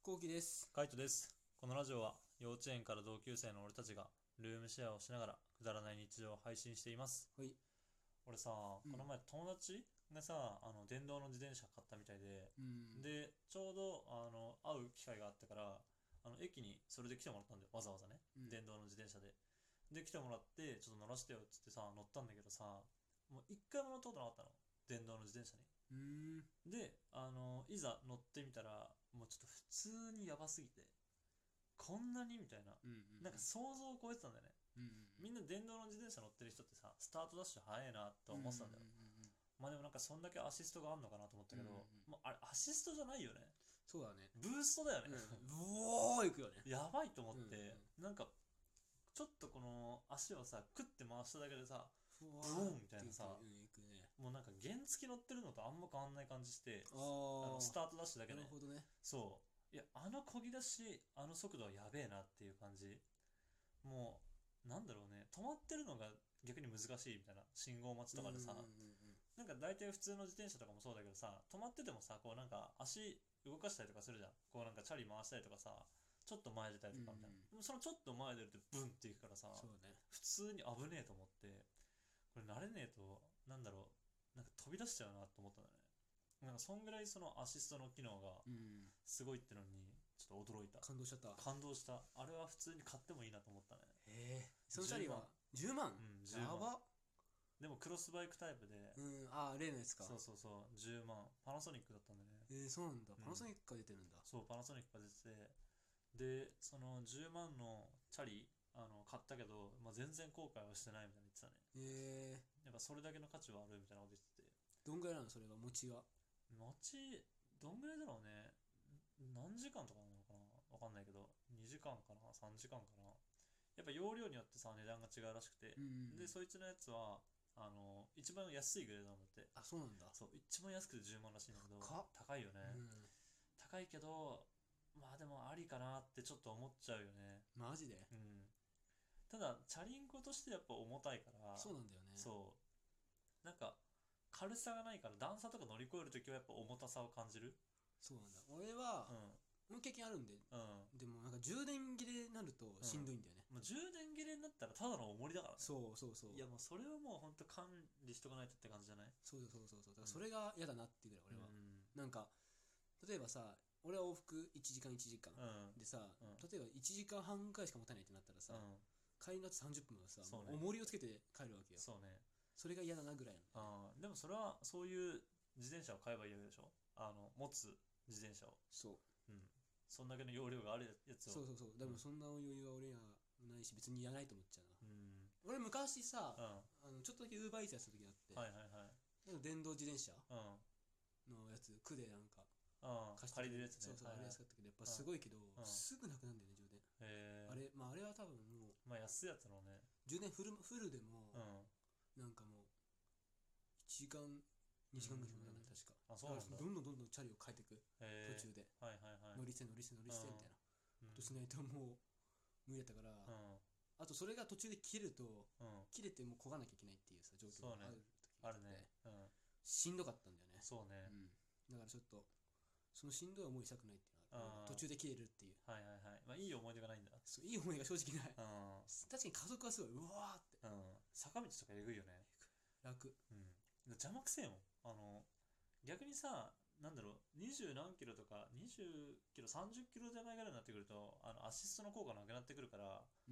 こうきです。 カイトです。このラジオは幼稚園から同級生の俺たちがルームシェアをしながらくだらない日常を配信しています。 はい。 俺さ、 うん。 この前友達がさ、電動の自転車買ったみたいで、 うん。 ちょうど会う機会があったから、駅にそれで来てもらったんだよ。わざわざね。 うん。 電動の自転車で。で、来てもらって、ちょっと乗らせてよっつってさ、乗ったんだけどさ、もう一回も乗ったことなかったの。電動の自転車に。 うん。 で、いざ乗ってみたら、もうちょっと普通にやばすぎて、こんなにみたいな。 うん。うん。 なんか想像を超えてたんだよね。 うん。 みんな電動の自転車乗ってる人ってさ、スタートダッシュ早いなとうん。うん。 思ってたんだよ。まあでもなんかそんだけアシストがあんのかなと思ったうん。 けど、もうあれアシストじゃないよね。 そうだね。 ブーストだよね。 うん。うおーいくよね。 やばいと思っうん。うん。 て、なんかちょっとこの足をさ、クッて回しただけでさ、 ふわブーっーンみたいなさ、 ていく。うん。いくね。 もうなんか原付乗ってるのとあんま変わんない感じして、 あスタートダッシュだけあ。なね。 るほどね。 そう。いや、漕ぎ出し、あの速度はやべえなっていう感じ。もう、なんだろうね、止まってるのが逆に難しいみたいな、信号待ちうん。うん。 とかでさ、 うん。 なんか大体普通の自転車とかもそうだけどさ、止まっててもさ、こうなんか足動かしたりとかするじゃん。こうなんかチャリ回したりとかさ、ちょっと前出たりうん。うん。 とかみたいな。でもそのちょっと前出るとブンっていくからさ、 そうね。 普通に危ねえと思って、これ慣れねえと、なんだろう、なんか飛び出しちゃうなと思ったんだよね。なんかそんぐらいそのアシストの機能がうん。 すごいってのに、ちょっと驚いた。 感動しちゃった。 感動した。あれは普通に買ってもいいなと思ったね。 そのチャリ 10万。 は10万。 うん、10万。 やば。 でもクロスバイクタイプで、 うん。ああ、例のやつか。 そうそうそう、10万。パナソニックだったんでね。 そうなんだ。 うん。 パナソニックが出てるんだ。 そう、パナソニックが出てて、で、その10万のチャリ、買ったけど、まあ、全然後悔はしてないみたいな言ってたね。やっぱそれだけの価値はあるみたいなこと言ってて。 どんぐらいなのそれが、持ちが。 後、どんぐらいだろうね。何時間とかなのかなわかんないけど、2時間かな ?3 時間かな。やっぱ容量によってさ、値段が違うらしくて。 うん。 で、そいつのやつは、一番安いグレードなんだって。 あ、そうなんだ。 そう、一番安くて10万らしいんだけど、 高っ。 高いよね。 うん。 高いけど、まあでもありかなってちょっと思っちゃうよね。 マジで。 うん。ただ、チャリンコとしてやっぱ重たいから、 そうなんだよね。 そう、なんか、軽さがないから段差とか乗り越えるときはやっぱ重たさを感じる。 そうなんだ。俺は、 うん。 もう経験あるんで、 うん。 でもなんか充電切れになるとしんどいんだよね。 もう充電切れになったらただの重りだからね。 そうそうそう。 いやもうそれはもうほんと管理しとかないとって感じじゃない？ そうそうそうそう。だからそうん。 れが嫌だなっていうぐらい俺は。 うんなんか、例えばさ、俺は往復1時間1時間。 うんでさ、 うん例えば1時間半くらいしか持たないってなったらさ、 うん。 帰りの後30分はさ、 そうね。 もう重りをつけて帰るわけよ。 そうね。 それが嫌だなぐらいなの。 ああ、でもそれはそういう自転車を買えばいいわけでしょ。持つ自転車を。 そう。 うん。そんだけの容量があるやつを。 そうそうそう。でうん。 もそんな余裕は俺にはないし、別にいらないと思っちゃうな。 うん。 俺昔さ、 うん。 ちょっとだけウーバーイーツやってた時があって、 はいはいはい。 なんか電動自転車うん。 のやつ、区でなんかうん。 貸してくれる。 借りれるやつね。 そうそう、あれはいはい。 安かったけど、やっぱすごいけど、 うん。 すぐなくなるんだよね、充電。あれ、まああれは多分もう、 まあ安いやつのね。 充電フルでも、 うん。 なんかもう、1時間、2時間ぐらいしか持たない、確か。 あ、そうなんだ。 だからどんどんどんどんチャリを変えていく、途中で。 はいはいはい。 乗り捨て乗り捨て乗り捨てみたいなことしないともう無理だったから、 うん。 あとそれが途中で切れると、 うん。 切れてもう焦がなきゃいけないっていうさ、状況そうね。 がある時があって、 あるね。うん。 しんどかったんだよね。 そうね。 うん。だからちょっと、そのしんどい思いしたくないっていうのは、 あ途中で切れるっていう。 はいはいはい。まあいい思い出がないんだ。 そういい思いが正直ない。 うん。 確かに加速はすごい、うわーって。 うん。坂道とかえぐいよね。 楽。 うん。邪魔くせえもん。逆にさ、なんだろう、20何キロとか、20キロ、30キロ手前ぐらいになってくると、アシストの効果なくなってくるから、 うん。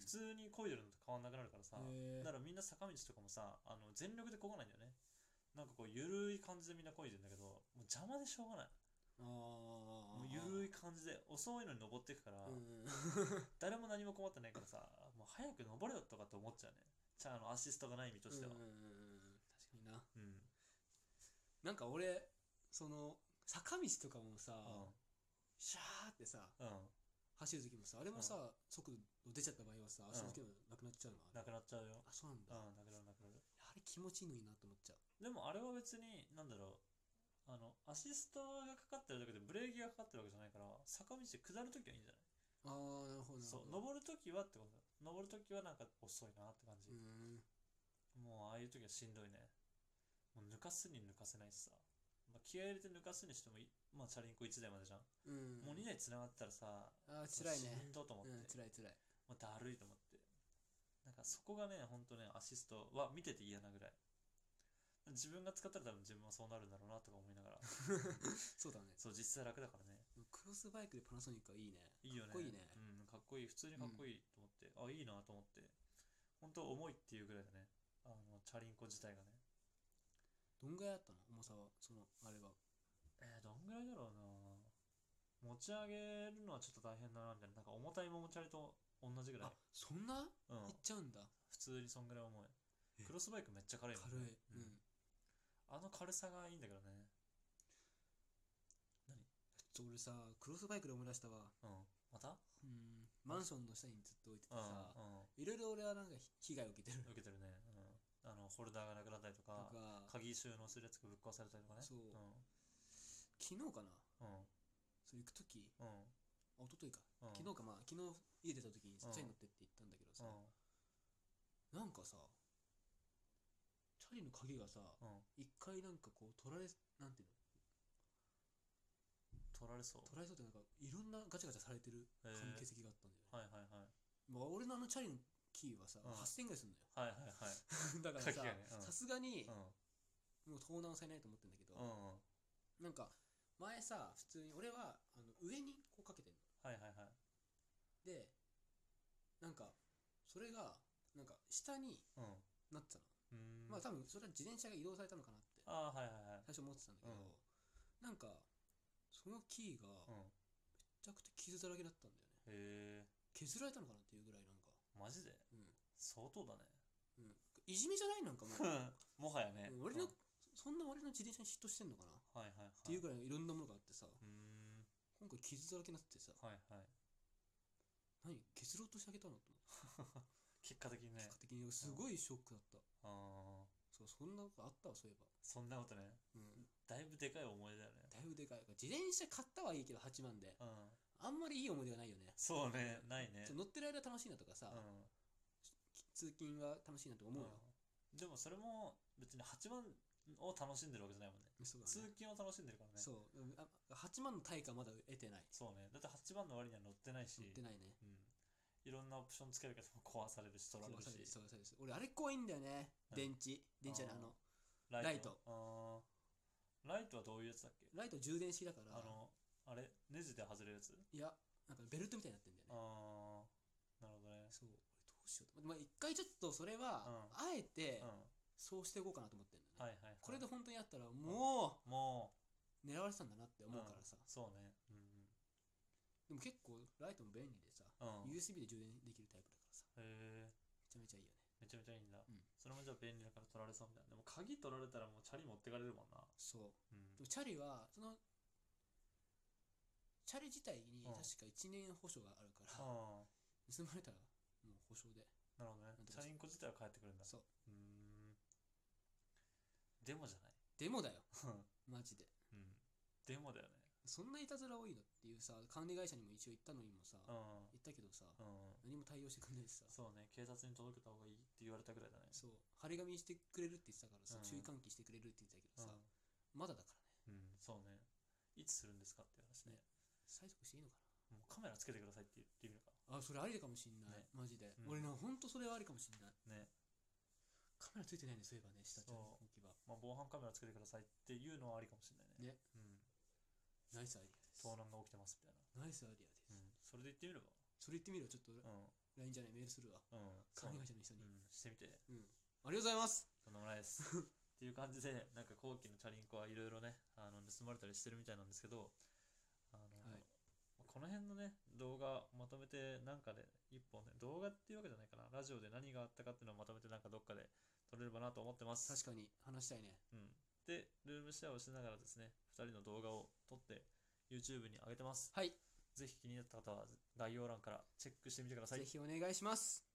普通に漕いでるのと変わんなくなるからさ、 へえ。 だからみんな坂道とかもさ、全力で漕がないんだよね。なんかこう、ゆるい感じでみんな漕いでんだけど、もう邪魔でしょうがない。 あもうゆるい感じで、遅いのに登っていくから、 うん。 誰も何も困ってないからさ、もう早く登れよとかって思っちゃうね。アシストがない身としては。 確かにな。 うん。 なんか俺、その、坂道とかもさ、 うん。 シャーってさ、 うん。 走る時もさ、あれもうん。 さ、速度出ちゃった場合はさ、足の機能なくなっちゃうのあれ。 なくなっちゃうよ。 あ、そうなんだ。 うん、なくなるなくなる。 あれ気持ちいいのになと思っちゃう。 でもあれは別に、なんだろう、アシストがかかってるだけでブレーキがかかってるわけじゃないから、坂道で下るときはいいんじゃない？ ああ、なるほど、なるそう、 ほど。 登るときはってことだ。登るときはなんか遅いなって感じ。 うーん。 もうああいうときはしんどいね。もう抜かすに抜かせないしさ。まあ、気合い入れて抜かすにしてもまあチャリンコ1台までじゃん。 うん。 もう2台繋がったらさ、 辛いね。 しんどと思って、 辛い。 もうだるいと思って、なんかそこがね、ほんとね、アシストは見てて嫌なぐらい。自分が使ったら多分自分もそうなるんだろうなとか思いながらそうだね。 そう、実際楽だからね。 クロスバイクでパナソニックはいいね。 いいよね。 かっこいいね。 うん、かっこいい。普通にかっこいいと思って、あ、いいなと思って。本当重いっていうぐらいだね。チャリンコ自体がね。 どんぐらいあったの重さは、あれは。 どんぐらいだろうな。持ち上げるのはちょっと大変だなみたいな。なんか重たいももチャリと同じぐらい。 そんな、 うん。 いっちゃうんだ。 普通にそんぐらい重い。クロスバイクめっちゃ軽いもんね。 軽い。 あの軽さがいいんだけどね。 俺さ、クロスバイクで思い出したわ。 またマンションの下にずっと置いててさ、 いろいろ俺はなんか被害を受けてる。 受けてるね。ホルダーがなくなったりとか、鍵収納するやつがぶっ壊されたりとかね。 そう。昨日かな、 うん。 それ行くとき、 うん。 一昨日か。 うん。 昨日か、昨日家出たときにチャリ乗ってって言ったんだけどさ、なんかさ、チャリの鍵がさ、一回なんかこう取られ、なんていうの、 取られそうってなんかいろんなガチャガチャされてる関係性があったんだよね。 はいはいはい。 俺のチャリのキーはさ、8000円ぐらいするんだよ。 はいはいはい。 だからさ、さすがに、もう盗難されないと思ってんだけど、なんか前さ、普通に俺は上にこうかけてんの。 はいはいはい。 で、なんかそれがなんか下になってたの。まあ多分それは自転車が移動されたのかなって最初思ってたんだけど、なんかそのキーがめちゃくちゃ傷だらけだったんだよね。削られたのかなっていうぐらいなんか。 マジで？相当だね。 いじめじゃないなんかもう。 もはやね。 そんな俺の自転車に嫉妬してんのかなっていうぐらいいろんなものがあってさ、今回傷だらけになってさ、何削ろうとしてあげたのと思って。 結果的にね。 すごいショックだった。そう、そんなことあったわ、そういえば。 そんなことね。だいぶでかい思い出だよね。 だいぶでかい。自転車買ったはいいけど8万で、あんまりいい思い出がないよね。 そうね、ないね。 乗ってる間楽しいなとかさ、通勤は楽しいなと思うよ。 でもそれも別に8万を楽しんでるわけじゃないもんね。通勤を楽しんでるからね。 そう、8万の対価まだ得てない。 そうね。だって8万の割には乗ってないし。 乗ってないね。 いろんなオプションつけるけど壊されるし取られるし。 そう俺あれ怖いんだよね。電池じゃない、ライト。 ライトはどういうやつだっけ？ ライト充電式だから。 あれネジで外れるやつ？ いや、なんかベルトみたいになってんだよね。 なるほどね。 そう、俺どうしようと。一回ちょっとそれはあえてそうしていこうかなと思ってんだね。これで本当にやったらもう狙われてたんだなって思うからさ。 そうね。 でも結構ライトも便利でさ、USB で充電できるタイプだからさ、めちゃめちゃいいよね。 めちゃめちゃいいんだ。それもじゃあ便利だから取られそうみたいな。でも鍵取られたらもうチャリ持ってかれるもんな。 そう。でもチャリはチャリ自体に確か1年保証があるから、盗まれたらもう保証で。 なるほどね。チャリンコ自体は返ってくるんだ。 そう。 デモじゃない？ デモだよ。マジで。 デモだよね。 そんないたずら多いのっていうさ、管理会社にも一応言ったのにもさ、言ったけどさ、何も対応してくれないしさ。 そうね、警察に届けた方がいいって言われたぐらいだね。 そう、張り紙してくれるって言ってたからさ、注意喚起してくれるって言ってたけどさ、まだだからね。 そうね。いつするんですかって話ね。 催促していいのかな。 もうカメラつけてくださいって言ってみるか。 それありかもしんない。マジで。俺な、ほんとそれはありかもしんない。ね。カメラついてないね、そういえばね、下ちゃんの置き場。 防犯カメラつけてくださいっていうのはありかもしんないね。 ナイスアイディアです。 盗難が起きてますみたいな。 ナイスアイディアです。 それで言ってみれば。 それ言ってみればちょっと LINE じゃないメールするわ。管理会社の人に。 してみて。 ありがとうございます。 とんでもないです。っていう感じで、なんか後期のチャリンコはいろいろね、盗まれたりしてるみたいなんですけど、この辺のね、動画まとめてなんかで一本ね、動画っていうわけじゃないかな、ラジオで何があったかっていうのをまとめてなんかどっかで撮れればなと思ってます。 確かに話したいね。 で、ルームシェアをしながらですね、2人の動画を撮って YouTube に上げてます。 はい。 ぜひ気になった方は概要欄からチェックしてみてください。 ぜひお願いします。